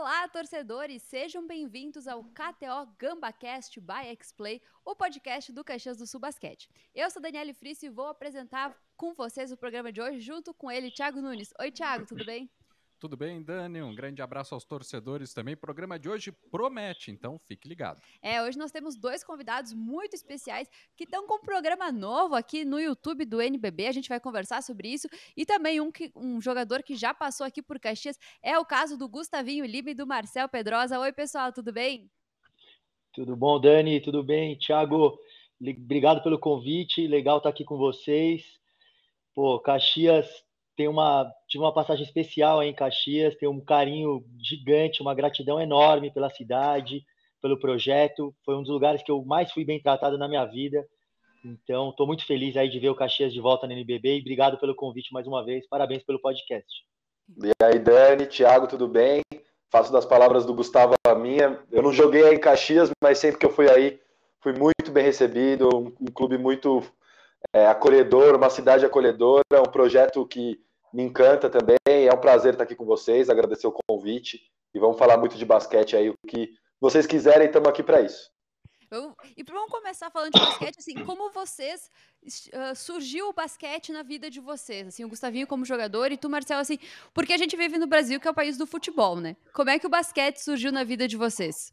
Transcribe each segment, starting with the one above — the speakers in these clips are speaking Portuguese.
Olá, torcedores! Sejam bem-vindos ao KTO GambaCast by Xplay, o podcast do Caxias do Sul Basquete. Eu sou Daniele Frisso e vou apresentar com vocês o programa de hoje, junto com ele, Thiago Nunes. Oi, Thiago, tudo bem? Tudo bem, Dani? Um grande abraço aos torcedores também. O programa de hoje promete, então fique ligado. Hoje nós temos dois convidados muito especiais que estão com um programa novo aqui no YouTube do NBB. A gente vai conversar sobre isso. E também um jogador que já passou aqui por Caxias é o caso do Gustavinho Lima e do Marcel Pedrosa. Oi, pessoal, tudo bem? Tudo bom, Dani? Tudo bem? Thiago, obrigado pelo convite. Legal estar aqui com vocês. Pô, Caxias tive uma passagem especial aí em Caxias, tenho um carinho gigante, uma gratidão enorme pela cidade, pelo projeto. Foi um dos lugares que eu mais fui bem tratado na minha vida. Então, estou muito feliz aí de ver o Caxias de volta no NBB e obrigado pelo convite mais uma vez. Parabéns pelo podcast. E aí, Dani, Thiago, tudo bem? Faço das palavras do Gustavo a minha. Eu não joguei aí em Caxias, mas sempre que eu fui aí, fui muito bem recebido. Um clube muito acolhedor, uma cidade acolhedora, um projeto que me encanta também. É um prazer estar aqui com vocês, agradecer o convite. E vamos falar muito de basquete aí, o que vocês quiserem, estamos aqui para isso. E vamos começar falando de basquete, assim, como vocês surgiu o basquete na vida de vocês, assim, o Gustavinho como jogador e tu, Marcel, assim, porque a gente vive no Brasil, que é o país do futebol, né? Como é que o basquete surgiu na vida de vocês?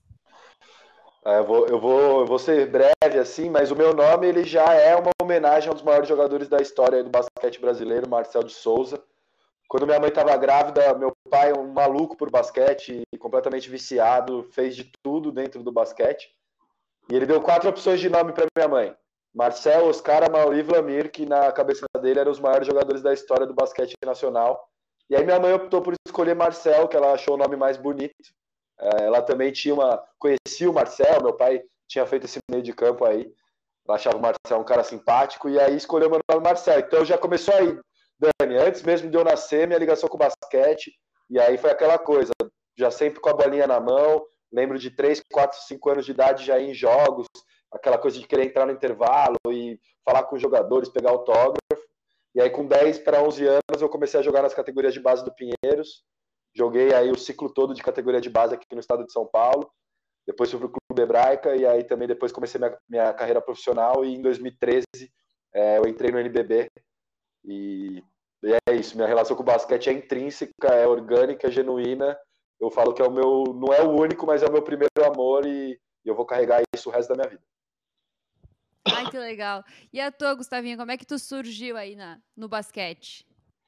Eu vou ser breve, assim, mas o meu nome ele já é uma homenagem a um dos maiores jogadores da história do basquete brasileiro, Marcel de Souza. Quando minha mãe estava grávida, meu pai, um maluco por basquete, completamente viciado, fez de tudo dentro do basquete. E ele deu 4 opções de nome para minha mãe. Marcel, Oscar, Amaury e Vlamir, que na cabeça dele eram os maiores jogadores da história do basquete nacional. E aí minha mãe optou por escolher Marcel, que ela achou o nome mais bonito. Ela também conhecia o Marcel, meu pai tinha feito esse meio de campo aí. Ela achava o Marcel um cara simpático e aí escolheu meu nome Marcel. Então já começou aí, Dani, antes mesmo de eu nascer, minha ligação com o basquete. E aí foi aquela coisa, já sempre com a bolinha na mão. Lembro de 3, 4, 5 anos de idade já em jogos, aquela coisa de querer entrar no intervalo e falar com os jogadores, pegar autógrafo. E aí com 10 para 11 anos eu comecei a jogar nas categorias de base do Pinheiros. Joguei aí o ciclo todo de categoria de base aqui no estado de São Paulo. Depois fui para o Clube Hebraica e aí também depois comecei minha carreira profissional e em 2013 eu entrei no NBB e é isso. Minha relação com o basquete é intrínseca, é orgânica, é genuína. Eu falo que é não é o único, mas é o meu primeiro amor e eu vou carregar isso o resto da minha vida. Ai, que legal. E a tua, Gustavinho, como é que tu surgiu aí no basquete?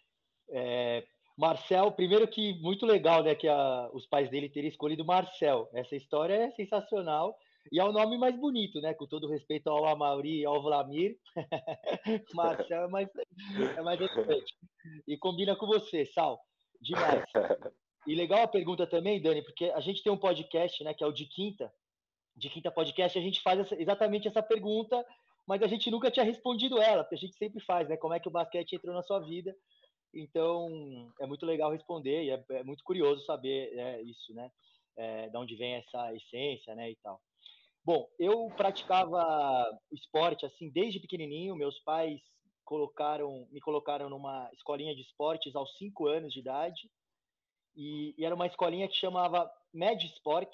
Marcel, primeiro que muito legal, né, que os pais dele terem escolhido Marcel. Essa história é sensacional e é o nome mais bonito, né? Com todo respeito ao Amaury e ao Vlamir, Marcel é mais elegante. E combina com você, Sal, demais. E legal a pergunta também, Dani, porque a gente tem um podcast, né, que é o de Quinta Podcast, a gente faz exatamente essa pergunta, mas a gente nunca tinha respondido ela, porque a gente sempre faz, né? Como é que o basquete entrou na sua vida? Então, é muito legal responder e é muito curioso saber isso, né? De onde vem essa essência, né, e tal. Bom, eu praticava esporte, assim, desde pequenininho. Meus pais me colocaram numa escolinha de esportes aos 5 anos de idade. E era uma escolinha que chamava Med Sport.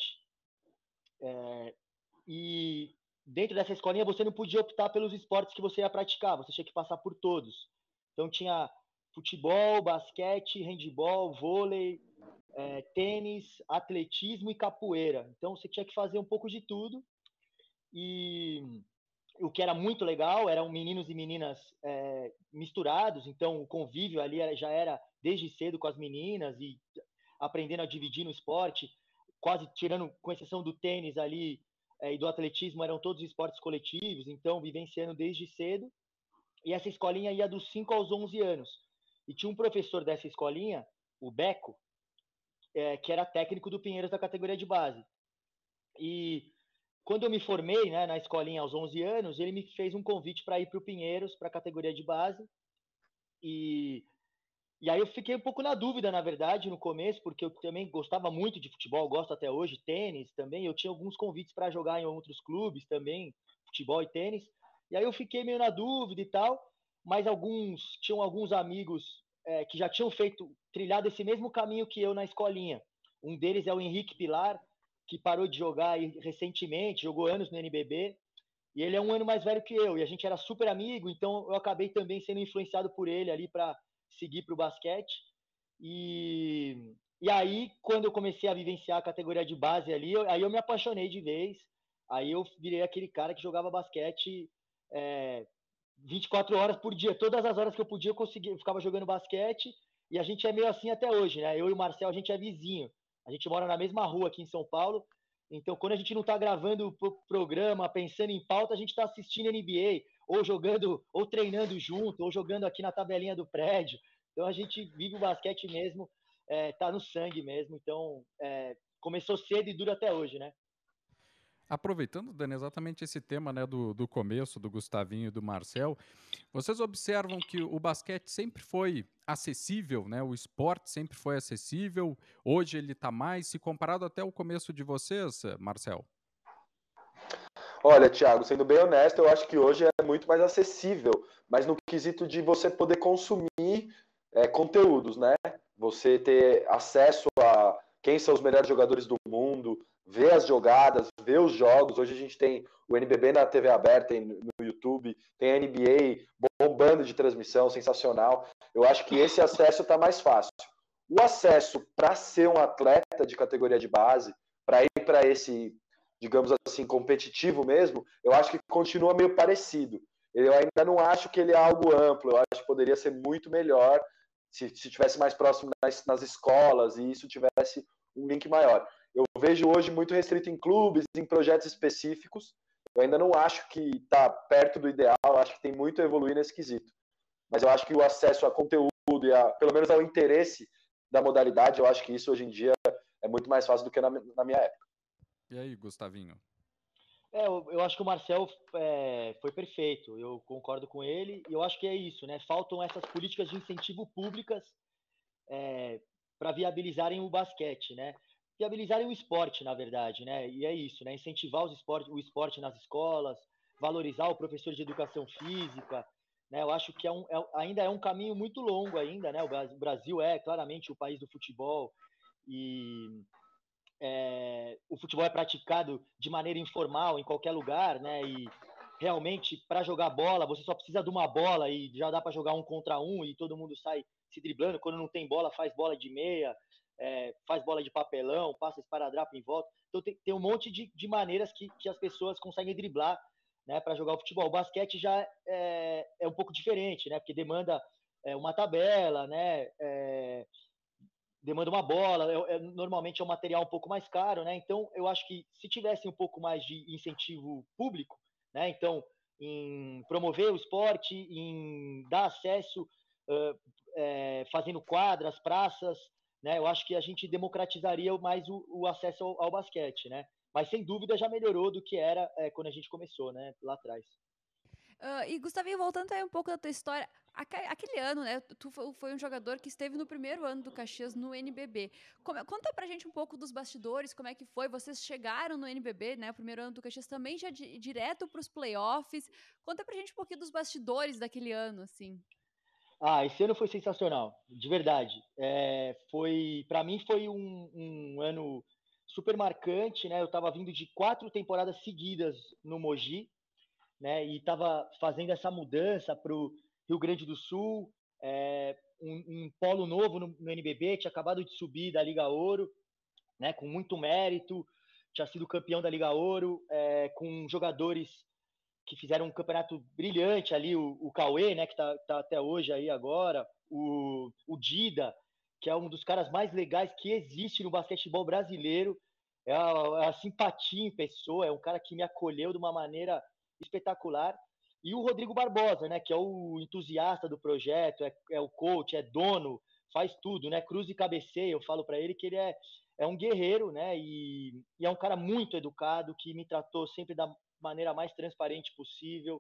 E dentro dessa escolinha você não podia optar pelos esportes que você ia praticar. Você tinha que passar por todos. Então, tinha futebol, basquete, handebol, vôlei, tênis, atletismo e capoeira. Então você tinha que fazer um pouco de tudo. E o que era muito legal eram meninos e meninas misturados. Então o convívio ali já era desde cedo com as meninas e aprendendo a dividir no esporte, quase tirando, com exceção do tênis ali e do atletismo, eram todos esportes coletivos. Então vivenciando desde cedo. E essa escolinha ia dos 5 aos 11 anos. E tinha um professor dessa escolinha, o Beco, que era técnico do Pinheiros da categoria de base. E quando eu me formei, né, na escolinha aos 11 anos, ele me fez um convite para ir para o Pinheiros, para a categoria de base. E aí eu fiquei um pouco na dúvida, na verdade, no começo, porque eu também gostava muito de futebol, gosto até hoje, tênis também. Eu tinha alguns convites para jogar em outros clubes também, futebol e tênis. E aí eu fiquei meio na dúvida e tal, mas tinham alguns amigos que já tinham trilhado esse mesmo caminho que eu na escolinha. Um deles é o Henrique Pilar, que parou de jogar recentemente, jogou anos no NBB, e ele é um ano mais velho que eu, e a gente era super amigo, então eu acabei também sendo influenciado por ele ali para seguir para o basquete. E aí, quando eu comecei a vivenciar a categoria de base ali, aí eu me apaixonei de vez. Aí eu virei aquele cara que jogava basquete 24 horas por dia. Todas as horas que eu podia, eu ficava jogando basquete. E a gente é meio assim até hoje, né? Eu e o Marcel, a gente é vizinho. A gente mora na mesma rua aqui em São Paulo. Então, quando a gente não está gravando o programa, pensando em pauta, a gente está assistindo NBA, ou jogando, ou treinando junto, ou jogando aqui na tabelinha do prédio. Então, a gente vive o basquete mesmo, tá no sangue mesmo. Então, começou cedo e dura até hoje, né? Aproveitando, Dani, exatamente esse tema, né, do começo, do Gustavinho e do Marcel, vocês observam que o basquete sempre foi acessível, né? O esporte sempre foi acessível, hoje ele está mais, se comparado até o começo de vocês, Marcel? Olha, Thiago, sendo bem honesto, eu acho que hoje é muito mais acessível, mas no quesito de você poder consumir conteúdos, né? Você ter acesso a quem são os melhores jogadores do mundo, ver as jogadas, ver os jogos. Hoje a gente tem o NBB na TV aberta, no YouTube, tem a NBA bombando de transmissão, sensacional. Eu acho que esse acesso está mais fácil. O acesso para ser um atleta de categoria de base, para ir para esse, digamos assim, competitivo mesmo, eu acho que continua meio parecido. Eu ainda não acho que ele é algo amplo, eu acho que poderia ser muito melhor se tivesse mais próximo nas escolas e isso tivesse um link maior. Eu vejo hoje muito restrito em clubes, em projetos específicos. Eu ainda não acho que está perto do ideal, acho que tem muito a evoluir nesse quesito. Mas eu acho que o acesso a conteúdo e pelo menos ao interesse da modalidade, eu acho que isso hoje em dia é muito mais fácil do que na minha época. E aí, Gustavinho? Eu acho que o Marcel foi perfeito, eu concordo com ele, e eu acho que é isso, né? Faltam essas políticas de incentivo públicas para viabilizarem o basquete, né? Viabilizarem o esporte, na verdade, né? E é isso, né? Incentivar o esporte nas escolas, valorizar o professor de educação física, né? Eu acho que ainda é um caminho muito longo ainda, né? O Brasil é claramente o país do futebol e o futebol é praticado de maneira informal em qualquer lugar, né? E realmente para jogar bola você só precisa de uma bola e já dá para jogar 1 contra 1 e todo mundo sai se driblando. Quando não tem bola, faz bola de meia, faz bola de papelão, passa esparadrapo em volta. Então tem um monte de maneiras que as pessoas conseguem driblar, né, para jogar o futebol. O basquete já é um pouco diferente, né? Porque demanda uma tabela, né? Demanda uma bola, normalmente é um material um pouco mais caro, né? Então, eu acho que se tivesse um pouco mais de incentivo público, né? Então, em promover o esporte, em dar acesso, fazendo quadras, praças, né? Eu acho que a gente democratizaria mais o acesso ao basquete, né? Mas, sem dúvida, já melhorou do que era quando a gente começou, né? Lá atrás. E, Gustavinho, voltando aí um pouco da tua história, aquele ano, né, tu foi um jogador que esteve no primeiro ano do Caxias no NBB. Conta pra gente um pouco dos bastidores, como é que foi, vocês chegaram no NBB, né, o primeiro ano do Caxias também já direto pros playoffs. Conta pra gente um pouquinho dos bastidores daquele ano, assim. Esse ano foi sensacional, de verdade. Para mim foi um ano super marcante, né? Eu estava vindo de 4 temporadas seguidas no Mogi, né? E estava fazendo essa mudança para o Rio Grande do Sul, um polo novo no NBB, tinha acabado de subir da Liga Ouro, né? Com muito mérito, tinha sido campeão da Liga Ouro, com jogadores que fizeram um campeonato brilhante ali, o Cauê, né? Que tá até hoje aí agora, o Dida, que é um dos caras mais legais que existe no basquetebol brasileiro, é a simpatia em pessoa, é um cara que me acolheu de uma maneira espetacular. E o Rodrigo Barbosa, né, que é o entusiasta do projeto, é o coach, é dono, faz tudo, né, cruza e cabeceia. Eu falo para ele que ele é um guerreiro, né, e é um cara muito educado, que me tratou sempre da maneira mais transparente possível.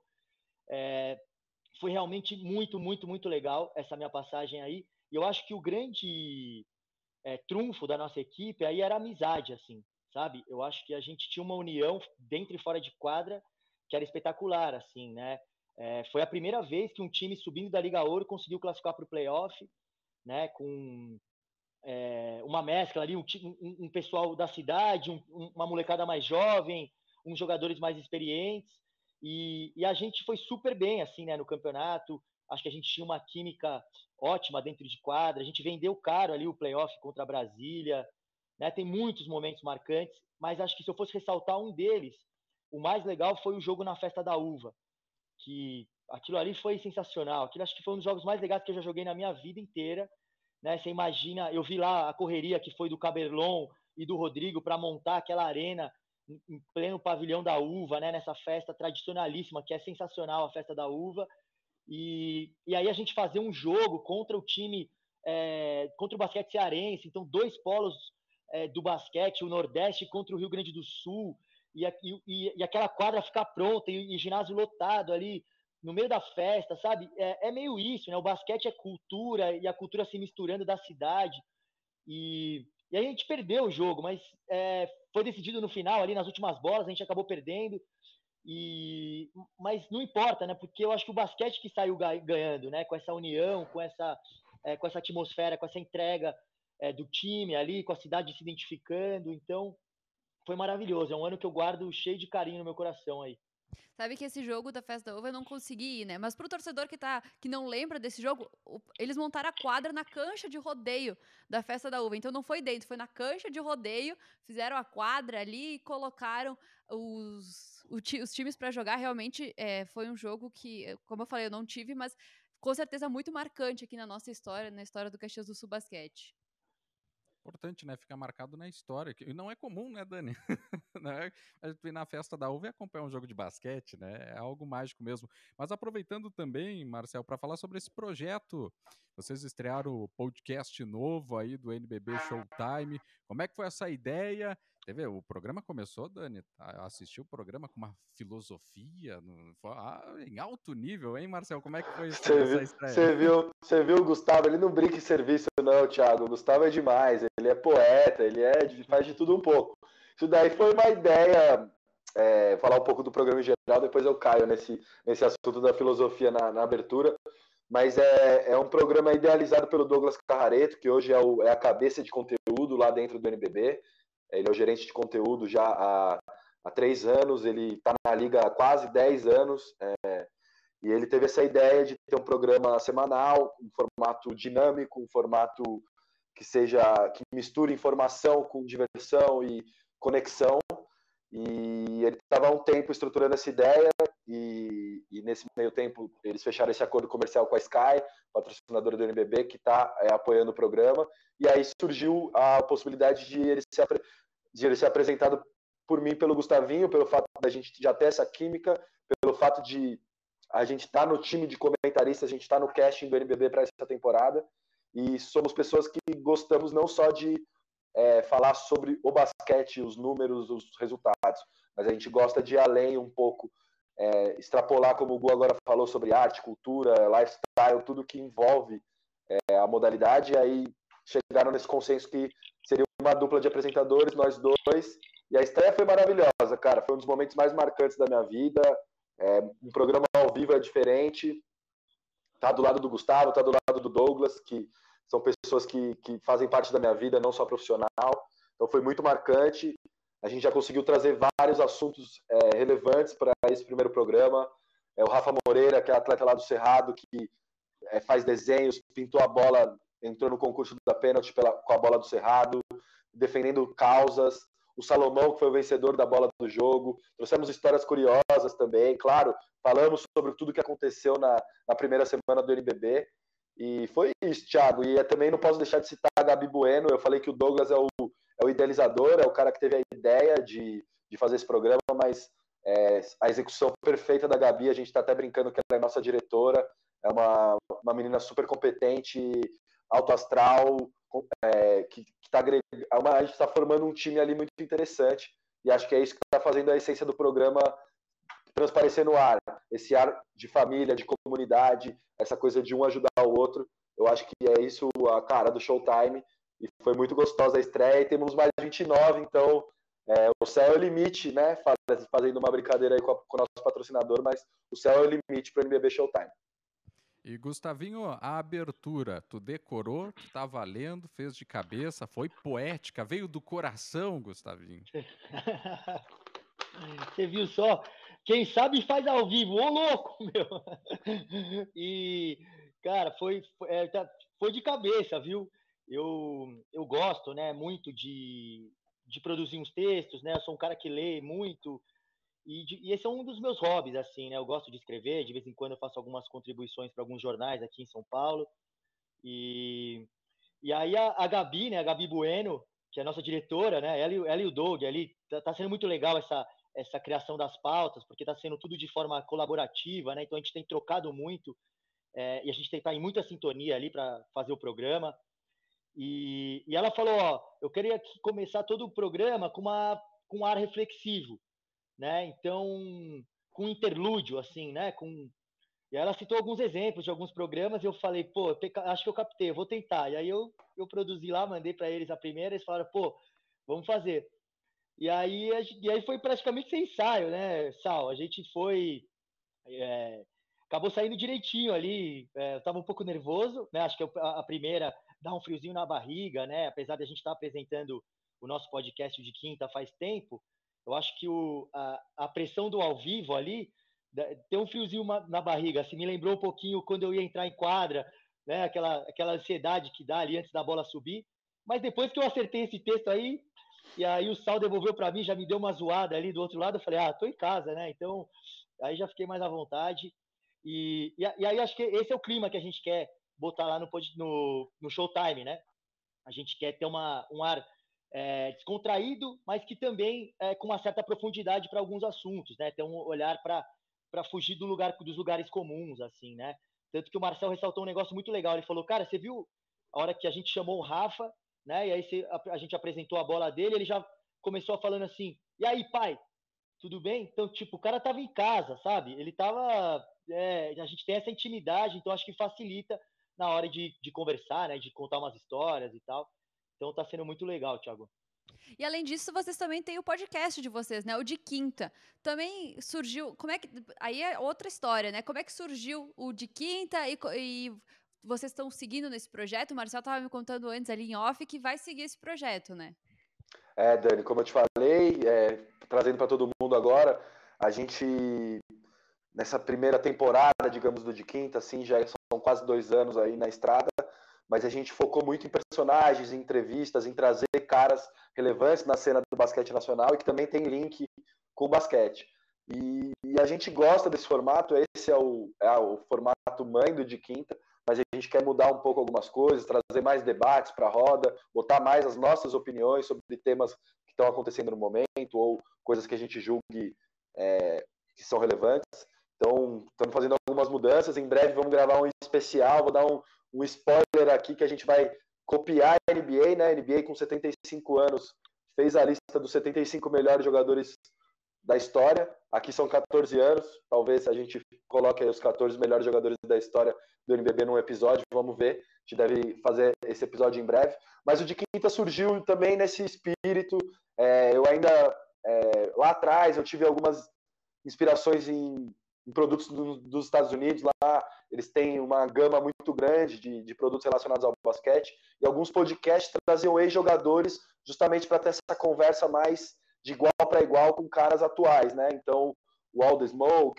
Foi realmente muito, muito, muito legal essa minha passagem aí. E eu acho que o grande trunfo da nossa equipe aí era a amizade, assim, sabe? Eu acho que a gente tinha uma união dentro e fora de quadra que era espetacular, assim, né? Foi a primeira vez que um time subindo da Liga Ouro conseguiu classificar para o playoff, né? Com uma mescla ali, um pessoal da cidade, uma molecada mais jovem, uns jogadores mais experientes, e a gente foi super bem, assim, né, no campeonato. Acho que a gente tinha uma química ótima dentro de quadra, a gente vendeu caro ali o playoff contra a Brasília, né, tem muitos momentos marcantes, mas acho que se eu fosse ressaltar um deles, o mais legal foi o jogo na Festa da Uva, que aquilo ali foi sensacional, aquilo acho que foi um dos jogos mais legais que eu já joguei na minha vida inteira, né? Você imagina, eu vi lá a correria que foi do Caberlon e do Rodrigo para montar aquela arena em pleno pavilhão da uva, né? Nessa festa tradicionalíssima, que é sensacional, a Festa da Uva. E aí a gente fazer um jogo contra o time, contra o basquete cearense, então 2 polos do basquete, o Nordeste contra o Rio Grande do Sul, e aquela quadra ficar pronta, e ginásio lotado ali, no meio da festa, sabe? É meio isso, né? O basquete é cultura, e a cultura se misturando da cidade. E aí a gente perdeu o jogo, mas foi decidido no final, ali nas últimas bolas, a gente acabou perdendo. Mas não importa, né? Porque eu acho que o basquete que saiu ganhando, né? Com essa união, com essa atmosfera, com essa entrega do time ali, com a cidade se identificando. Então, foi maravilhoso. É um ano que eu guardo cheio de carinho no meu coração aí. Sabe que esse jogo da Festa da Uva eu não consegui ir, né? Mas pro torcedor que não lembra desse jogo, eles montaram a quadra na cancha de rodeio da Festa da Uva. Então não foi dentro, foi na cancha de rodeio, fizeram a quadra ali e colocaram os times para jogar. Realmente foi um jogo que, como eu falei, eu não tive, mas com certeza muito marcante aqui na nossa história, na história do Caxias do Sul Basquete. Importante, né? Ficar marcado na história. E não é comum, né, Dani? A gente ir na Festa da Uva e acompanhar um jogo de basquete, né? É algo mágico mesmo. Mas aproveitando também, Marcel, para falar sobre esse projeto, vocês estrearam o podcast novo aí do NBB Showtime. Como é que foi essa ideia? O programa começou, Dani, assistiu o programa com uma filosofia em alto nível, hein, Marcel? Como é que foi essa estreia? Você viu o Gustavo, ele não brinca em serviço não, Thiago. O Gustavo é demais, ele é poeta, faz de tudo um pouco. Isso daí foi uma ideia, falar um pouco do programa em geral, depois eu caio nesse assunto da filosofia na abertura. Mas é um programa idealizado pelo Douglas Carrareto, que hoje é a cabeça de conteúdo lá dentro do NBB. Ele é o gerente de conteúdo já há 3 anos, ele está na liga há quase 10 anos, e ele teve essa ideia de ter um programa semanal, um formato dinâmico, um formato que misture informação com diversão e conexão. E ele estava há um tempo estruturando essa ideia, e nesse meio tempo eles fecharam esse acordo comercial com a Sky, patrocinadora do NBB, que está apoiando o programa, e aí surgiu a possibilidade de ele ser apresentado por mim, pelo Gustavinho, pelo fato da gente já ter essa química, pelo fato de a gente estar no time de comentaristas, a gente está no casting do NBB para essa temporada, e somos pessoas que gostamos não só de falar sobre o basquete, os números, os resultados, mas a gente gosta de ir além um pouco, extrapolar, como o Gu agora falou, sobre arte, cultura, lifestyle, tudo que envolve a modalidade, e aí chegaram nesse consenso que seria uma dupla de apresentadores, nós dois, e a estreia foi maravilhosa, cara, foi um dos momentos mais marcantes da minha vida. Um programa ao vivo é diferente, tá do lado do Gustavo, tá do lado do Douglas, que são pessoas que fazem parte da minha vida, não só profissional, então foi muito marcante. A gente já conseguiu trazer vários assuntos relevantes para esse primeiro programa. O Rafa Moreira, que é atleta lá do Cerrado, que faz desenhos, pintou a bola, entrou no concurso da pênalti com a bola do Cerrado, defendendo causas. O Salomão, que foi o vencedor da bola do jogo. Trouxemos histórias curiosas também, claro. Falamos sobre tudo que aconteceu na primeira semana do NBB. E foi isso, Thiago. E também não posso deixar de citar a Gabi Bueno. Eu falei que o Douglas é o idealizador, é o cara que teve a ideia de fazer esse programa, mas a execução perfeita da Gabi, a gente está até brincando que ela é nossa diretora. É uma menina super competente, alto astral, que tá agregando. A gente está formando um time ali muito interessante, e acho que é isso que está fazendo a essência do programa transparecer no ar, esse ar de família, de comunidade, essa coisa de um ajudar o outro. Eu acho que é isso a cara do Showtime, e foi muito gostosa a estreia, e temos mais 29, então o céu é o limite, né? Fazendo uma brincadeira aí com o nosso patrocinador, mas o céu é o limite para o NBB Showtime. E Gustavinho, a abertura, tu decorou, tu tá valendo, fez de cabeça, foi poética, veio do coração, Gustavinho. Você viu só? Quem sabe faz ao vivo, ô louco, meu! E, cara, foi de cabeça, viu? Eu gosto, né, muito de produzir uns textos, né? Eu sou um cara que lê muito, e esse é um dos meus hobbies, assim, né? Eu gosto de escrever, de vez em quando eu faço algumas contribuições para alguns jornais aqui em São Paulo. E, e aí a Gabi, né? A Gabi Bueno, que é a nossa diretora, né? Ela e o Doug ali, tá sendo muito legal essa criação das pautas, porque tá sendo tudo de forma colaborativa, né? Então a gente tem trocado muito, e a gente tem que estar em muita sintonia ali para fazer o programa. E ela falou, ó, eu queria começar todo o programa com um ar reflexivo, né? Então, com interlúdio, assim, né? E ela citou alguns exemplos de alguns programas e eu falei, pô, acho que eu captei, eu vou tentar. E aí eu produzi lá, mandei para eles a primeira, eles falaram, pô, vamos fazer. E aí foi praticamente sem ensaio, né, Sal? A gente foi. é, Acabou saindo direitinho ali. Eu estava um pouco nervoso, né? Acho que a primeira dá um friozinho na barriga, né? Apesar de a gente estar apresentando o nosso podcast de quinta faz tempo, eu acho que a pressão do ao vivo ali tem um friozinho na barriga. Assim, me lembrou um pouquinho quando eu ia entrar em quadra, né? Aquela ansiedade que dá ali antes da bola subir. Mas depois que eu acertei esse texto aí, e aí o Sal devolveu para mim, já me deu uma zoada ali do outro lado, eu falei, tô em casa, né? Então, aí já fiquei mais à vontade. E aí acho que esse é o clima que a gente quer botar lá no Showtime, né? A gente quer ter um ar descontraído, mas que também com uma certa profundidade para alguns assuntos, né? Ter um olhar para fugir dos lugares comuns, assim, né? Tanto que o Marcel ressaltou um negócio muito legal. Ele falou, cara, você viu a hora que a gente chamou o Rafa, né? E aí a gente apresentou a bola dele, ele já começou falando assim, e aí, pai, tudo bem? Então, tipo, o cara tava em casa, sabe? Ele tava. A gente tem essa intimidade, então acho que facilita na hora de conversar, né? De contar umas histórias e tal. Então tá sendo muito legal, Thiago. E além disso, vocês também têm o podcast de vocês, né? O de quinta. Também surgiu. Como é que. Aí é outra história, né? Como é que surgiu o de quinta e vocês estão seguindo nesse projeto? O Marcelo estava me contando antes ali em off que vai seguir esse projeto, né? Dani, como eu te falei, trazendo para todo mundo agora, a gente, nessa primeira temporada, digamos, do De Quinta, assim, já são quase 2 anos aí na estrada, mas a gente focou muito em personagens, em entrevistas, em trazer caras relevantes na cena do basquete nacional e que também tem link com o basquete. E a gente gosta desse formato, esse é o formato mãe do De Quinta, mas a gente quer mudar um pouco algumas coisas, trazer mais debates para a roda, botar mais as nossas opiniões sobre temas que estão acontecendo no momento ou coisas que a gente julgue que são relevantes. Então, estamos fazendo algumas mudanças. Em breve vamos gravar um especial, vou dar um spoiler aqui que a gente vai copiar a NBA, né? A NBA com 75 anos fez a lista dos 75 melhores jogadores da história. Aqui são 14 anos. Talvez a gente coloque aí os 14 melhores jogadores da história do NBB num episódio. Vamos ver. A gente deve fazer esse episódio em breve. Mas o de quinta surgiu também nesse espírito. Eu ainda... lá atrás eu tive algumas inspirações em produtos dos Estados Unidos. Lá eles têm uma gama muito grande de produtos relacionados ao basquete. E alguns podcasts traziam ex-jogadores justamente para ter essa conversa mais de igual para igual com caras atuais, né? Então, o All the Smoke,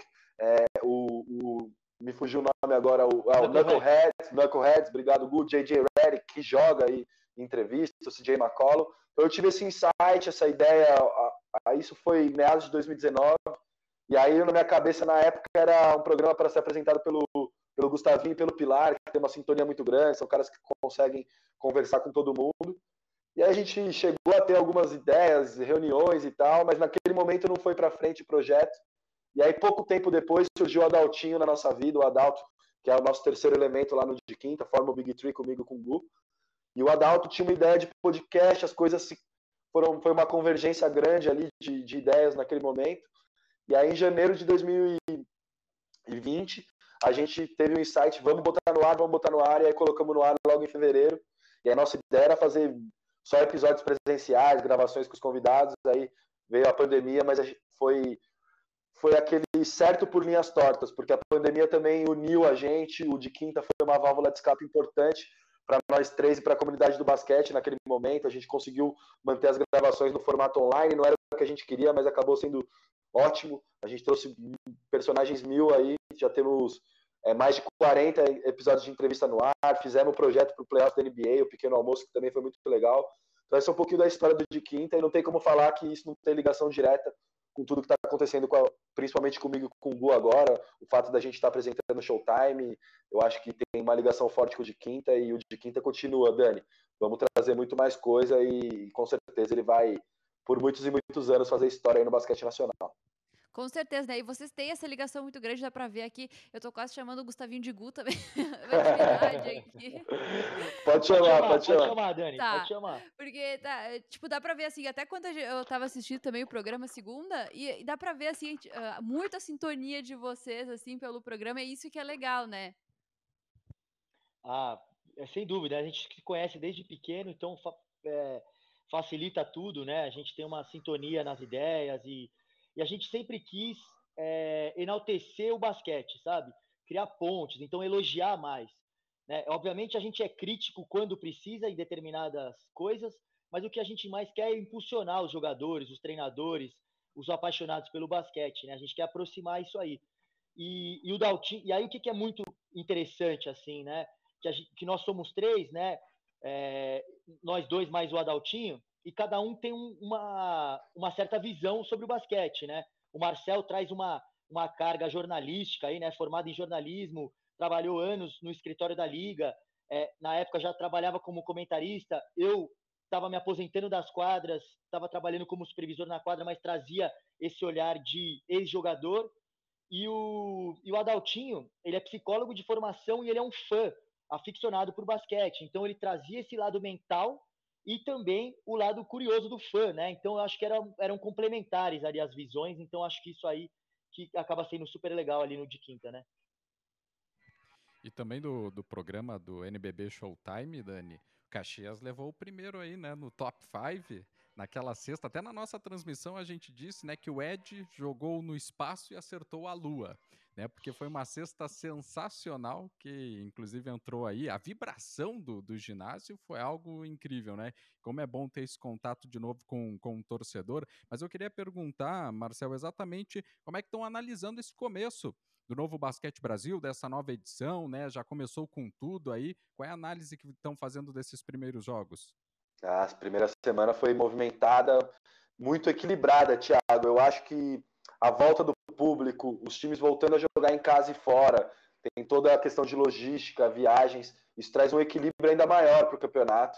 me fugiu o nome agora, o Knuckleheads, obrigado, Gu, J.J. Redick, que joga aí em entrevista, o C.J. McCollum. Então, eu tive esse insight, essa ideia, isso foi em meados de 2019, e aí na minha cabeça, na época, era um programa para ser apresentado pelo Gustavinho e pelo Pilar, que tem uma sintonia muito grande, são caras que conseguem conversar com todo mundo. E aí a gente chegou a ter algumas ideias, reuniões e tal, mas naquele momento não foi para frente o projeto. E aí pouco tempo depois surgiu o Adaltinho na nossa vida, o Adalto, que é o nosso terceiro elemento lá no De Quinta, forma o Big Tree comigo com o Gu. E o Adalto tinha uma ideia de podcast, as coisas foi uma convergência grande ali de ideias naquele momento. E aí em janeiro de 2020, a gente teve um insight, vamos botar no ar, e aí colocamos no ar logo em fevereiro. E a nossa ideia era fazer só episódios presenciais, gravações com os convidados, aí veio a pandemia, mas foi certo por linhas tortas, porque a pandemia também uniu a gente, o De Quinta foi uma válvula de escape importante para nós três e para a comunidade do basquete naquele momento. A gente conseguiu manter as gravações no formato online, não era o que a gente queria, mas acabou sendo ótimo. A gente trouxe personagens 1000 aí, já temos mais de 40 episódios de entrevista no ar, fizemos o projeto para o playoff da NBA, o Pequeno Almoço, que também foi muito legal. Então esse é um pouquinho da história do De Quinta, e não tem como falar que isso não tem ligação direta com tudo que está acontecendo, principalmente comigo e com o Gu agora, o fato da gente estar apresentando o Showtime, eu acho que tem uma ligação forte com o De Quinta, e o De Quinta continua, Dani. Vamos trazer muito mais coisa e com certeza ele vai, por muitos e muitos anos, fazer história aí no basquete nacional. Com certeza, né? E vocês têm essa ligação muito grande, dá pra ver aqui. Eu tô quase chamando o Gustavinho de Gu também. Aqui. Pode chamar, Dani. Tá. Pode chamar. Porque, tipo, dá pra ver, assim, até quando eu tava assistindo também o programa segunda, e dá pra ver, assim, muita sintonia de vocês, assim, pelo programa, e isso que é legal, né? Sem dúvida. A gente se conhece desde pequeno, então facilita tudo, né? A gente tem uma sintonia nas ideias e a gente sempre quis enaltecer o basquete, sabe? Criar pontes, então elogiar mais. Né? Obviamente a gente é crítico quando precisa em determinadas coisas, mas o que a gente mais quer é impulsionar os jogadores, os treinadores, os apaixonados pelo basquete, né? A gente quer aproximar isso aí. E o Daltinho, e aí o que é muito interessante, assim, né? Que nós somos três, né? Nós dois mais o Adaltinho, e cada um tem uma certa visão sobre o basquete, né? O Marcel traz uma carga jornalística aí, né? Formado em jornalismo, trabalhou anos no escritório da Liga, na época já trabalhava como comentarista, eu estava me aposentando das quadras, estava trabalhando como supervisor na quadra, mas trazia esse olhar de ex-jogador, e o Adaltinho, ele é psicólogo de formação e ele é um fã aficionado por basquete, então ele trazia esse lado mental e também o lado curioso do fã, né? Então eu acho que eram complementares ali as visões, então acho que isso aí que acaba sendo super legal ali no De Quinta, né? E também do programa do NBB Showtime, Dani, o Caxias levou o primeiro aí, né, no top 5, naquela sexta. Até na nossa transmissão a gente disse, né, que o Ed jogou no espaço e acertou a lua, né, porque foi uma cesta sensacional, que inclusive entrou aí, a vibração do ginásio foi algo incrível, né? Como é bom ter esse contato de novo com o torcedor. Mas eu queria perguntar, Marcel, exatamente como é que estão analisando esse começo do Novo Basquete Brasil, dessa nova edição, né? Já começou com tudo aí. Qual é a análise que estão fazendo desses primeiros jogos? A primeira semana foi movimentada, muito equilibrada, Thiago. Eu acho que a volta do público, os times voltando a jogar em casa e fora, tem toda a questão de logística, viagens, isso traz um equilíbrio ainda maior para o campeonato.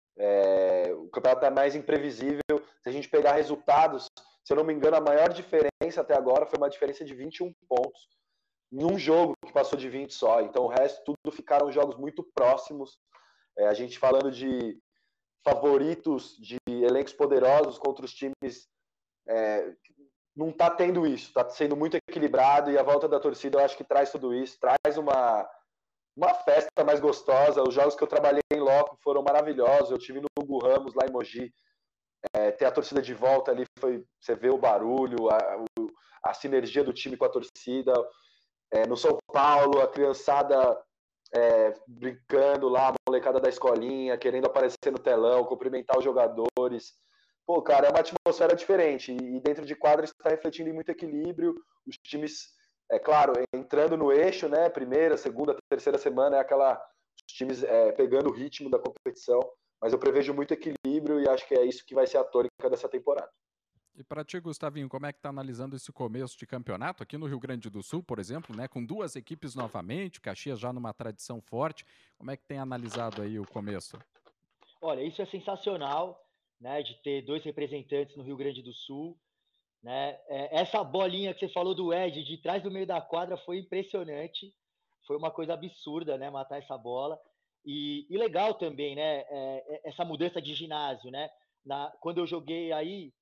O campeonato é mais imprevisível. Se a gente pegar resultados, se eu não me engano, a maior diferença até agora foi uma diferença de 21 pontos em um jogo que passou de 20 só. Então o resto tudo ficaram jogos muito próximos. A gente falando de favoritos, de elencos poderosos contra os times, não está tendo isso. Está sendo muito equilibrado, e a volta da torcida eu acho que traz tudo isso, traz uma festa mais gostosa. Os jogos que eu trabalhei em loco foram maravilhosos. Eu tive no Hugo Ramos, lá em Mogi. Ter a torcida de volta ali, você vê o barulho, a sinergia do time com a torcida. No São Paulo, a criançada brincando lá, a molecada da escolinha, querendo aparecer no telão, cumprimentar os jogadores. Pô, cara, é uma atmosfera diferente, e dentro de quadra está refletindo em muito equilíbrio. Os times, claro, entrando no eixo, né? Primeira, segunda, terceira semana, os times pegando o ritmo da competição, mas eu prevejo muito equilíbrio e acho que é isso que vai ser a tônica dessa temporada. E para ti, Gustavinho, como é que está analisando esse começo de campeonato aqui no Rio Grande do Sul, por exemplo, né, com duas equipes novamente, o Caxias já numa tradição forte, como é que tem analisado aí o começo? Olha, isso é sensacional, né, de ter dois representantes no Rio Grande do Sul, né? Essa bolinha que você falou do Ed de trás do meio da quadra foi impressionante, foi uma coisa absurda, né, matar essa bola. E legal também, né, essa mudança de ginásio, né? Quando eu joguei aí,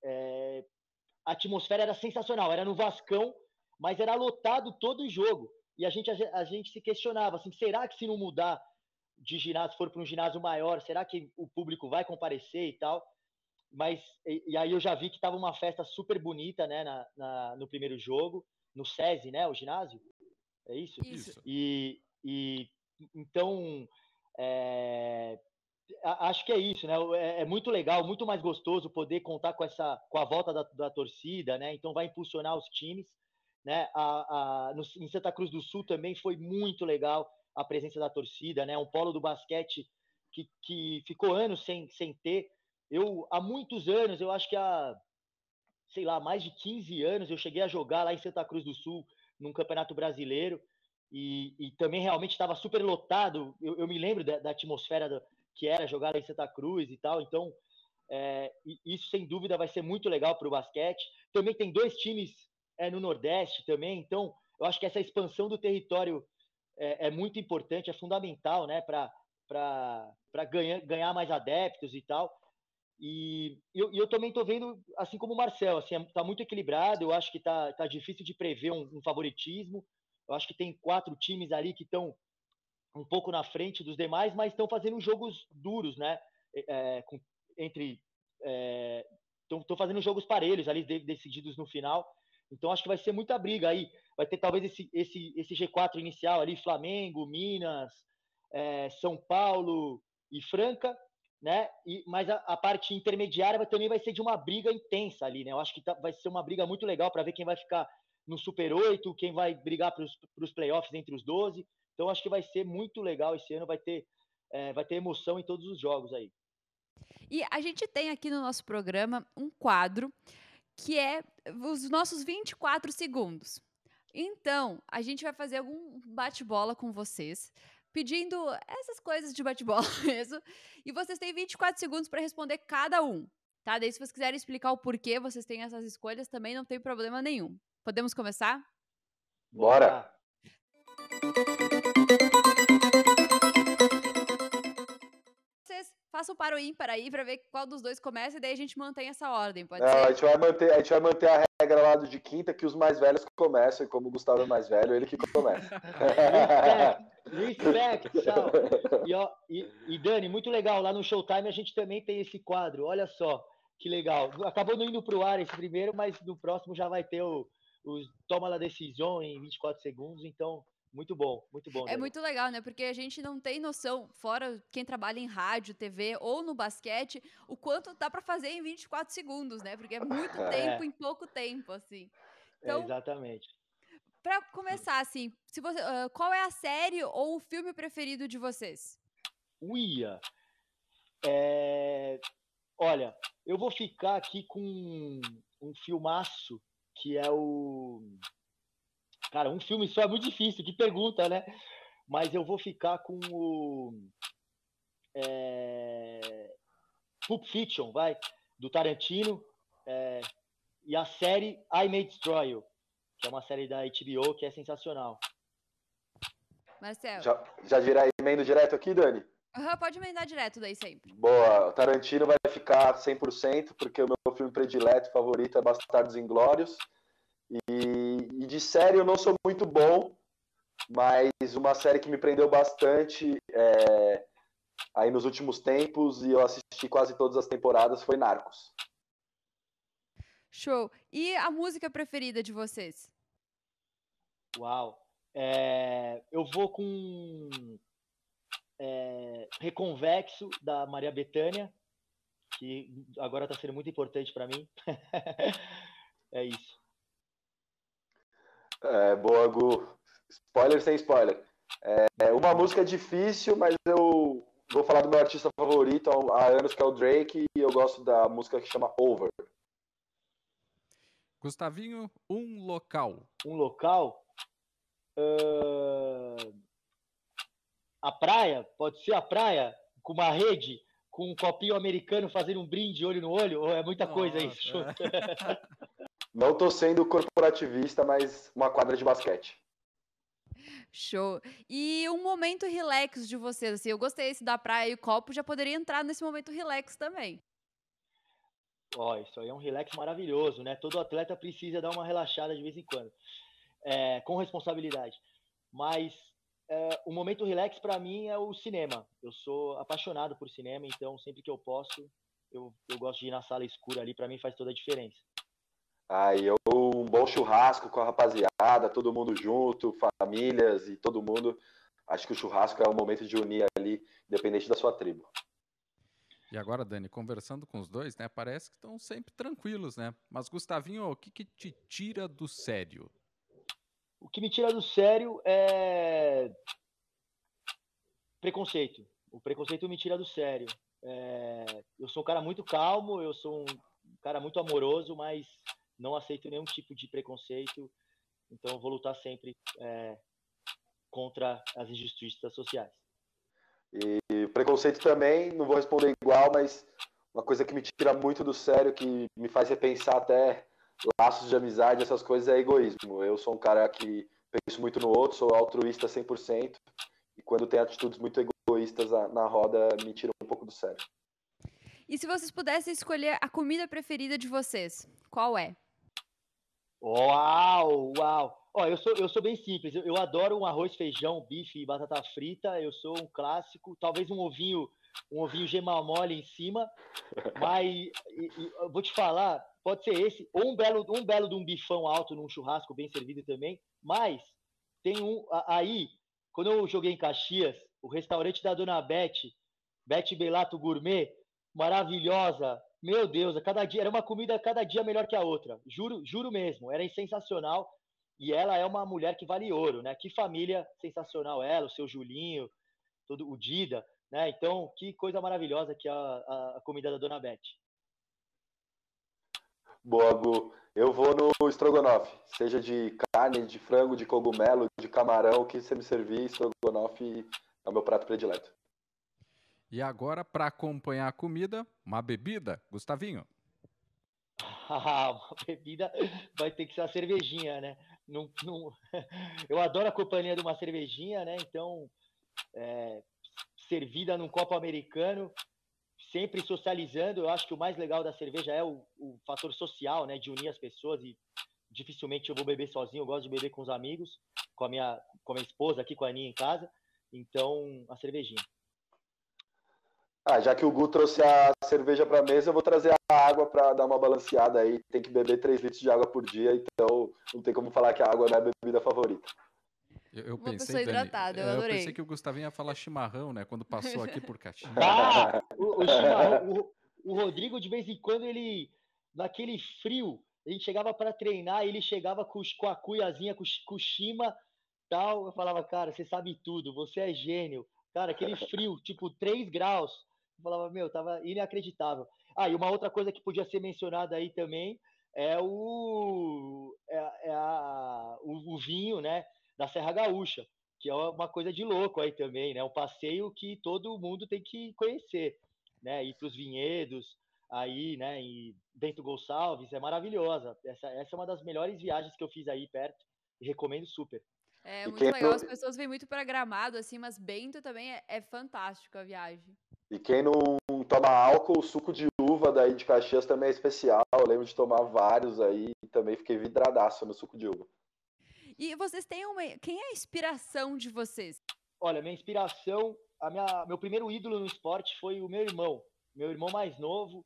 a atmosfera era sensacional, era no Vascão, mas era lotado todo o jogo. E a gente se questionava, assim, será que se não mudar de ginásio, for para um ginásio maior, será que o público vai comparecer e tal? Mas, e aí eu já vi que estava uma festa super bonita, né, no primeiro jogo. no SESI, né? O ginásio. É isso? Isso. E então, acho que é isso, né? É muito legal, muito mais gostoso poder contar com a volta da torcida, né? Então vai impulsionar os times, né? Em Santa Cruz do Sul também foi muito legal a presença da torcida, né? Um polo do basquete que ficou anos sem ter. Há muitos anos, eu acho que sei lá, mais de 15 anos, eu cheguei a jogar lá em Santa Cruz do Sul, num campeonato brasileiro, e também realmente estava super lotado. Eu me lembro da atmosfera que era jogar lá em Santa Cruz e tal. Então, isso sem dúvida vai ser muito legal para o basquete. Também tem 2 times no Nordeste também, então eu acho que essa expansão do território é muito importante, é fundamental, né, para ganhar mais adeptos e tal. E eu também estou vendo, assim como o Marcel, assim, está muito equilibrado. Eu acho que tá difícil de prever um favoritismo. Eu acho que tem 4 times ali que estão um pouco na frente dos demais, mas estão fazendo jogos duros, né? Estão fazendo jogos parelhos ali, decididos no final. Então acho que vai ser muita briga aí. Vai ter talvez esse G4 inicial ali, Flamengo, Minas, São Paulo e Franca, né? Mas a parte intermediária também vai ser de uma briga intensa ali, né? Eu acho que vai ser uma briga muito legal para ver quem vai ficar no Super 8, quem vai brigar para os playoffs entre os 12. Então acho que vai ser muito legal esse ano, vai ter emoção em todos os jogos aí. E a gente tem aqui no nosso programa um quadro que é os nossos 24 segundos. Então, a gente vai fazer algum bate-bola com vocês, pedindo essas coisas de bate-bola mesmo, e vocês têm 24 segundos para responder cada um, tá? Daí, se vocês quiserem explicar o porquê vocês têm essas escolhas, também não tem problema nenhum. Podemos começar? Bora! Vocês façam para o ímpar aí para ver qual dos dois começa e daí a gente mantém essa ordem, pode Não, ser? a gente vai manter a regra lá de quinta, que os mais velhos começam, e como o Gustavo é mais velho, ele que começa. Respect, Sal. E Dani, muito legal, lá no Showtime a gente também tem esse quadro, olha só, que legal. Acabou não indo pro ar esse primeiro, mas no próximo já vai ter o toma la decisão em 24 segundos, então muito bom, É Dani. muito legal, né? Porque a gente não tem noção, fora quem trabalha em rádio, TV ou no basquete, o quanto dá pra fazer em 24 segundos, né? Porque é muito tempo em pouco tempo, assim. Então, exatamente. pra começar, assim, qual é a série ou o filme preferido de vocês? Uia! Olha, eu vou ficar aqui com um filmaço que é o... Cara, um filme só é muito difícil, que pergunta, né? Mas eu vou ficar com o Pulp Fiction, do Tarantino, e a série I May Destroy You, que é uma série da HBO que é sensacional. Marcelo? Já emendo direto aqui, Dani? Pode emendar direto daí sempre. Boa, o Tarantino vai ficar 100%, porque o meu filme predileto, favorito, é Bastardos Inglórios. E de série eu não sou muito bom, mas uma série que me prendeu bastante aí nos últimos tempos, e eu assisti quase todas as temporadas, foi Narcos. Show. E a música preferida de vocês? Uau. Eu vou com Reconvexo, da Maria Bethânia, que agora está sendo muito importante para mim. É isso. Boa, Gu. Spoiler sem spoiler. Uma música difícil, mas eu vou falar do meu artista favorito há anos, que é o Drake, e eu gosto da música que chama Over. Gustavinho, um local. Um local? A praia? Pode ser a praia? Com uma rede? Com um copinho americano fazendo um brinde olho no olho? Ou é muita coisa isso? Não tô sendo corporativista, mas uma quadra de basquete. Show. E um momento relax de vocês, assim, eu gostei esse da praia e o copo, já poderia entrar nesse momento relax também. Isso aí é um relax maravilhoso, né? Todo atleta precisa dar uma relaxada de vez em quando, com responsabilidade. Mas o momento relax para mim é o cinema. Eu sou apaixonado por cinema, então sempre que eu posso, eu gosto de ir na sala escura ali, para mim faz toda a diferença. Aí um bom churrasco com a rapaziada, todo mundo junto, famílias e todo mundo. Acho que o churrasco é o momento de unir ali, independente da sua tribo. E agora, Dani, conversando com os dois, né? Parece que estão sempre tranquilos, né? Mas, Gustavinho, o que te tira do sério? O que me tira do sério é preconceito. O preconceito me tira do sério. Eu sou um cara muito calmo, eu sou um cara muito amoroso, mas não aceito nenhum tipo de preconceito. Então eu vou lutar sempre contra as injustiças sociais. E preconceito também, não vou responder igual, mas uma coisa que me tira muito do sério, que me faz repensar até laços de amizade, essas coisas, é egoísmo. Eu sou um cara que penso muito no outro, sou altruísta 100%, e quando tem atitudes muito egoístas na roda, me tira um pouco do sério. E se vocês pudessem escolher a comida preferida de vocês, qual é? Uau, uau! Ó, eu sou bem simples. Eu adoro um arroz, feijão, bife e batata frita. Eu sou um clássico. Talvez um ovinho gema mole em cima. Mas eu vou te falar, pode ser esse ou um belo de um bifão alto num churrasco bem servido também. Mas tem aí, quando eu joguei em Caxias, o restaurante da Dona Beth Belato Gourmet, maravilhosa. Meu Deus, cada dia era uma comida cada dia melhor que a outra. Juro mesmo, era sensacional. E ela é uma mulher que vale ouro, né? Que família sensacional ela, o seu Julinho, todo o Dida, né? Então, que coisa maravilhosa que é a comida da Dona Beth. Boa, Gu. Eu vou no estrogonofe, seja de carne, de frango, de cogumelo, de camarão, o que você me servir, estrogonofe é o meu prato predileto. E agora, para acompanhar a comida, uma bebida, Gustavinho. Uma bebida vai ter que ser a cervejinha, né? Eu adoro a companhia de uma cervejinha, né? Então, servida num copo americano, sempre socializando. Eu acho que o mais legal da cerveja é o fator social, né? De unir as pessoas, e dificilmente eu vou beber sozinho, eu gosto de beber com os amigos, com a minha esposa aqui, com a Aninha em casa. Então, a cervejinha. Já que o Gu trouxe a cerveja para a mesa, eu vou trazer a água para dar uma balanceada aí. Tem que beber 3 litros de água por dia, então não tem como falar que a água não é a bebida favorita. Eu Uma pensei, pessoa Dani, hidratada, eu eu adorei. pensei que o Gustavinho ia falar chimarrão, né? Quando passou aqui por Caxias. O chimarrão, o Rodrigo, de vez em quando, ele, naquele frio, a gente chegava para treinar, ele chegava com a cuiazinha, com o chima, tal. Eu falava, cara, você sabe tudo, você é gênio. Cara, aquele frio, tipo 3 graus. Eu falava, meu, tava inacreditável. E uma outra coisa que podia ser mencionada aí também é o vinho, né, da Serra Gaúcha, que é uma coisa de louco aí também, né? Um passeio que todo mundo tem que conhecer, né? Ir para os vinhedos aí, né? E Bento Gonçalves é maravilhosa. Essa é uma das melhores viagens que eu fiz aí perto e recomendo super. É E muito quem legal, não, as pessoas vêm muito para Gramado, assim, mas Bento também é fantástico a viagem. e quem não toma álcool, o suco de uva daí de Caxias também é especial. Eu lembro de tomar vários aí e também fiquei vidradaço no suco de uva. E vocês têm Quem é a inspiração de vocês? Olha, minha inspiração, meu primeiro ídolo no esporte foi o meu irmão mais novo.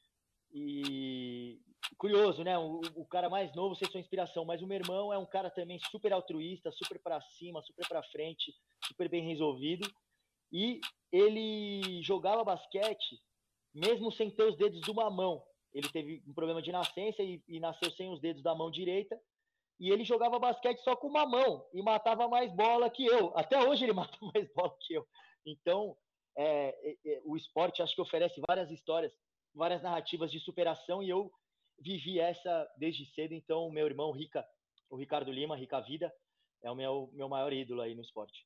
E curioso, né? O cara mais novo ser sua inspiração, mas o meu irmão é um cara também super altruísta, super para cima, super para frente, super bem resolvido. E ele jogava basquete mesmo sem ter os dedos de uma mão. Ele teve um problema de nascença e nasceu sem os dedos da mão direita. E ele jogava basquete só com uma mão e matava mais bola que eu. Até hoje ele mata mais bola que eu. Então, o esporte acho que oferece várias histórias, várias narrativas de superação, e eu vivi essa desde cedo. Então, meu irmão o Ricardo Lima, Rica Vida, é o meu maior ídolo aí no esporte.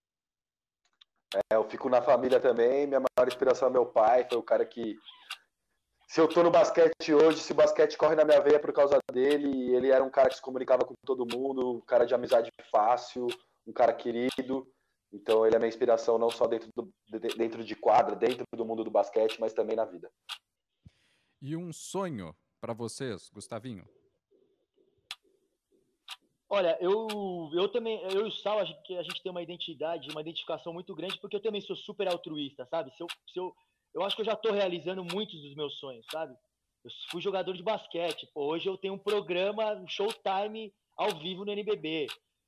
Eu fico na família também. Minha maior inspiração é meu pai, foi o cara que... Se eu tô no basquete hoje, se o basquete corre na minha veia é por causa dele. Ele era um cara que se comunicava com todo mundo, um cara de amizade fácil, um cara querido. Então ele é minha inspiração não só dentro de quadra, dentro do mundo do basquete, mas também na vida. E um sonho para vocês, Gustavinho? Olha, eu também, eu e o Sal, a gente tem uma identificação muito grande, porque eu também sou super altruísta, sabe? Eu acho que eu já estou realizando muitos dos meus sonhos, sabe? Eu fui jogador de basquete. Pô, hoje eu tenho um programa, um Showtime ao vivo no NBB.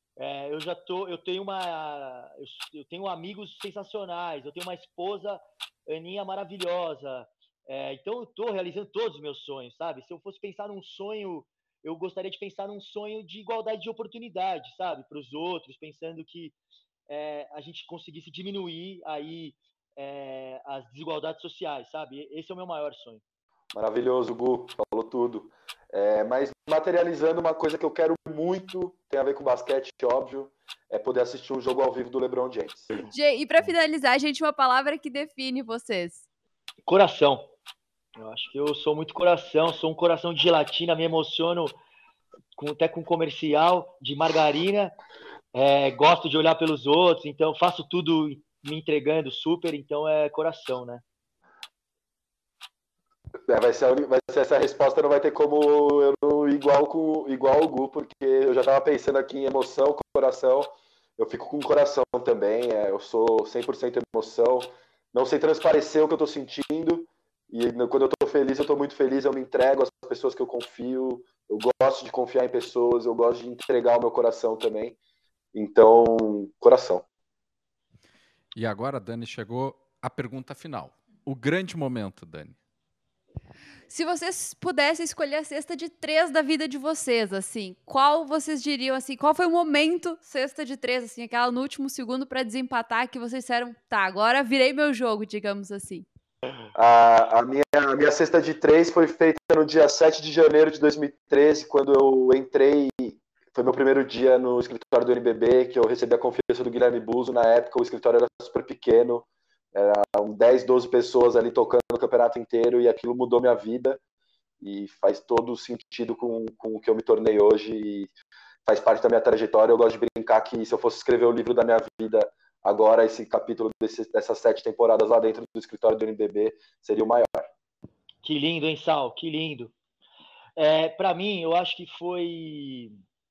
Eu tenho amigos sensacionais. Eu tenho uma esposa, Aninha, maravilhosa. Então eu estou realizando todos os meus sonhos, sabe? Se eu fosse pensar num sonho, eu gostaria de pensar num sonho de igualdade de oportunidade, sabe? Para os outros, pensando que a gente conseguisse diminuir aí as desigualdades sociais, sabe? Esse é o meu maior sonho. Maravilhoso, Gu, falou tudo. Mas materializando uma coisa que eu quero muito, tem a ver com basquete, óbvio, é poder assistir um jogo ao vivo do LeBron James. E para finalizar, gente, uma palavra que define vocês. Coração. Eu acho que eu sou muito coração, sou um coração de gelatina, me emociono até com comercial de margarina, gosto de olhar pelos outros, então faço tudo me entregando super, então é coração, né? Vai ser essa resposta, não vai ter como eu não igual o Gu, porque eu já estava pensando aqui em emoção, coração. Eu fico com o coração também, eu sou 100% emoção. Não sei transparecer o que eu estou sentindo, e quando eu estou feliz, eu estou muito feliz, eu me entrego às pessoas que eu confio, eu gosto de confiar em pessoas, eu gosto de entregar o meu coração também. Então, coração. E agora, Dani, chegou a pergunta final. O grande momento, Dani. Se vocês pudessem escolher a cesta de 3 da vida de vocês, assim, qual vocês diriam, assim, qual foi o momento cesta de 3, assim, aquela no último segundo para desempatar que vocês disseram, tá, agora virei meu jogo, digamos assim. A minha cesta de 3 foi feita no dia 7 de janeiro de 2013, quando eu entrei, foi meu primeiro dia no escritório do NBB, que eu recebi a confiança do Guilherme Buzo. Na época o escritório era super pequeno, eram 10, 12 pessoas ali tocando o campeonato inteiro, e aquilo mudou minha vida e faz todo sentido com o que eu me tornei hoje e faz parte da minha trajetória. Eu gosto de brincar que se eu fosse escrever o livro da minha vida agora, esse capítulo dessas 7 temporadas lá dentro do escritório do NBB seria o maior. Que lindo, hein, Sal? Que lindo. Para mim, eu acho que foi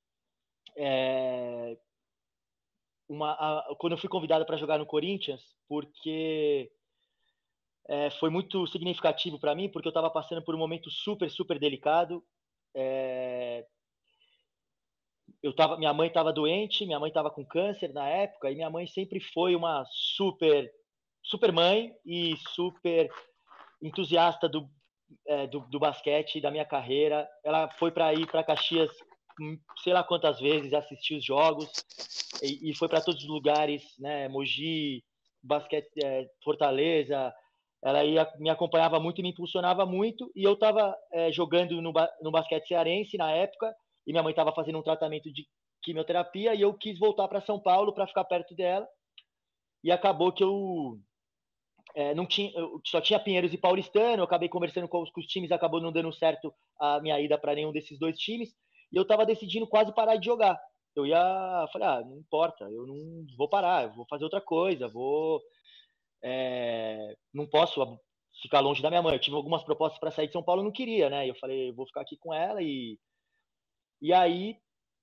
quando eu fui convidado para jogar no Corinthians, porque foi muito significativo para mim, porque eu estava passando por um momento super, super delicado. Minha mãe estava doente, minha mãe estava com câncer na época, e minha mãe sempre foi uma super, super mãe e super entusiasta do basquete, da minha carreira. Ela foi para ir para Caxias, sei lá quantas vezes, assistir os jogos, e foi para todos os lugares, né? Mogi, basquete, Fortaleza. Ela me acompanhava muito e me impulsionava muito, e eu estava jogando no basquete cearense na época, e minha mãe estava fazendo um tratamento de quimioterapia, e eu quis voltar para São Paulo para ficar perto dela, e acabou que eu só tinha Pinheiros e Paulistano. Eu acabei conversando com os times, acabou não dando certo a minha ida para nenhum desses 2 times, e eu estava decidindo quase parar de jogar. Falei, não importa, eu não vou parar, eu vou fazer outra coisa, não posso ficar longe da minha mãe. Eu tive algumas propostas para sair de São Paulo, eu não queria, né? Eu falei, eu vou ficar aqui com ela, e aí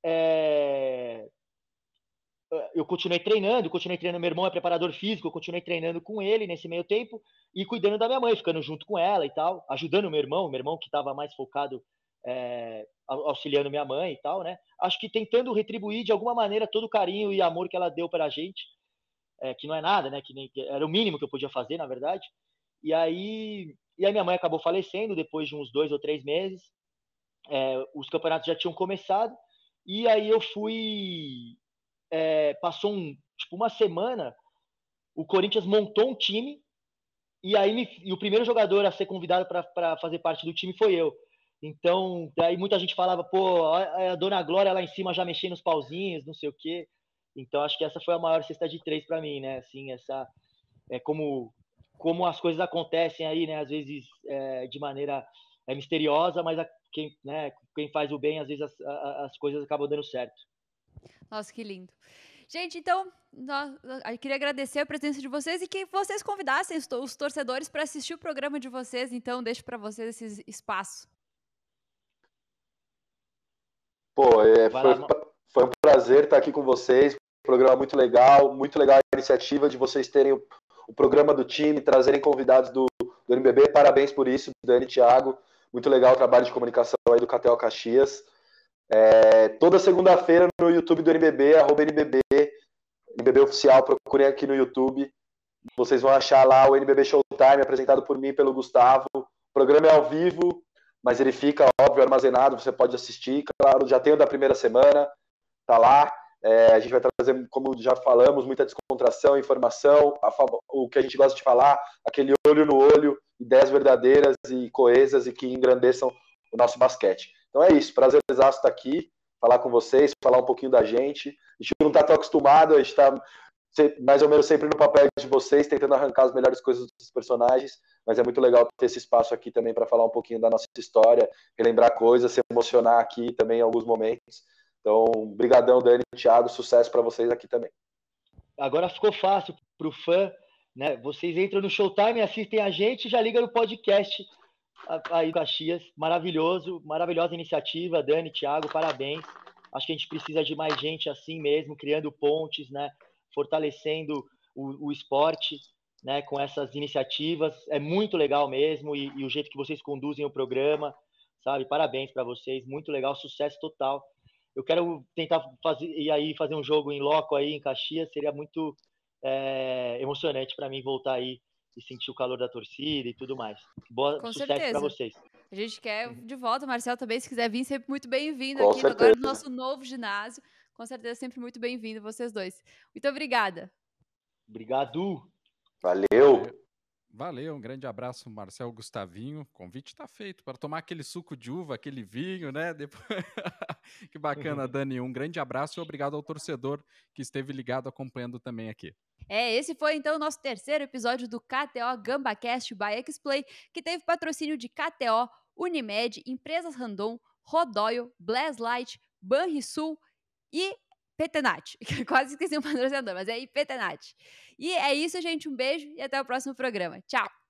eu continuei treinando. Meu irmão é preparador físico, eu continuei treinando com ele nesse meio tempo e cuidando da minha mãe, ficando junto com ela e tal, ajudando o meu irmão que estava mais focado, auxiliando minha mãe e tal, né? Acho que tentando retribuir de alguma maneira todo o carinho e amor que ela deu para a gente, que não é nada, né? Que era o mínimo que eu podia fazer, na verdade. E aí minha mãe acabou falecendo depois de uns 2 ou 3 meses. Os campeonatos já tinham começado, e aí eu fui... passou uma semana, o Corinthians montou um time, e aí o primeiro jogador a ser convidado para fazer parte do time foi eu. Então, daí muita gente falava, pô, a dona Glória lá em cima já mexendo nos pauzinhos, não sei o quê. Então, acho que essa foi a maior cesta de 3 para mim, né? Assim, como as coisas acontecem aí, né? Às vezes de maneira misteriosa, mas quem faz o bem, às vezes as coisas acabam dando certo. Nossa, que lindo. Gente, então, eu queria agradecer a presença de vocês e que vocês convidassem os torcedores para assistir o programa de vocês. Então, deixo para vocês esse espaço. Pô, foi um prazer estar aqui com vocês. Programa muito legal a iniciativa de vocês terem o programa do time, trazerem convidados do NBB. Parabéns por isso, Dani e Thiago. Muito legal o trabalho de comunicação aí do KTO Caxias. Toda segunda-feira no YouTube do NBB, @NBB Oficial, procurem aqui no YouTube. Vocês vão achar lá o NBB Showtime, apresentado por mim e pelo Gustavo. O programa é ao vivo, mas ele fica, óbvio, armazenado, você pode assistir. Claro, já tem o da primeira semana, tá lá. A gente vai trazer, como já falamos, muita descontração, informação, o que a gente gosta de falar, aquele olho no olho, ideias verdadeiras e coesas e que engrandeçam o nosso basquete. Então é isso, prazerzaço estar aqui, falar com vocês, falar um pouquinho da gente. A gente não está tão acostumado, a gente está mais ou menos sempre no papel de vocês, tentando arrancar as melhores coisas dos personagens, mas é muito legal ter esse espaço aqui também para falar um pouquinho da nossa história, relembrar coisas, se emocionar aqui também em alguns momentos. Então, brigadão, Dani e Thiago, sucesso para vocês aqui também. Agora ficou fácil para o fã, né? Vocês entram no Showtime, assistem a gente e já ligam no podcast aí Caxias. Maravilhoso, maravilhosa iniciativa, Dani, Thiago, parabéns. Acho que a gente precisa de mais gente assim mesmo, criando pontes, né? Fortalecendo o esporte, né? Com essas iniciativas. É muito legal mesmo e o jeito que vocês conduzem o programa, sabe? Parabéns para vocês, muito legal, sucesso total. Eu quero tentar fazer um jogo em loco aí em Caxias, seria muito emocionante para mim voltar aí e sentir o calor da torcida e tudo mais. Sucesso para vocês. A gente quer de volta, Marcel também, se quiser vir, sempre muito bem-vindo Com aqui certeza. agora no nosso novo ginásio. Com certeza, sempre muito bem-vindo, vocês dois. Muito obrigada. Obrigado. Valeu, um grande abraço, Marcel, Gustavinho. O convite está feito para tomar aquele suco de uva, aquele vinho, né? Depois... Que bacana, Dani. Um grande abraço e obrigado ao torcedor que esteve ligado acompanhando também aqui. Esse foi então o nosso terceiro episódio do KTO GambaCast by X-Play, que teve patrocínio de KTO, Unimed, Empresas Randon, Rodoyle, Blazlight, Banrisul e Petenat. Quase esqueci um patrocinador, mas é Petenat. E é isso, gente. Um beijo e até o próximo programa. Tchau!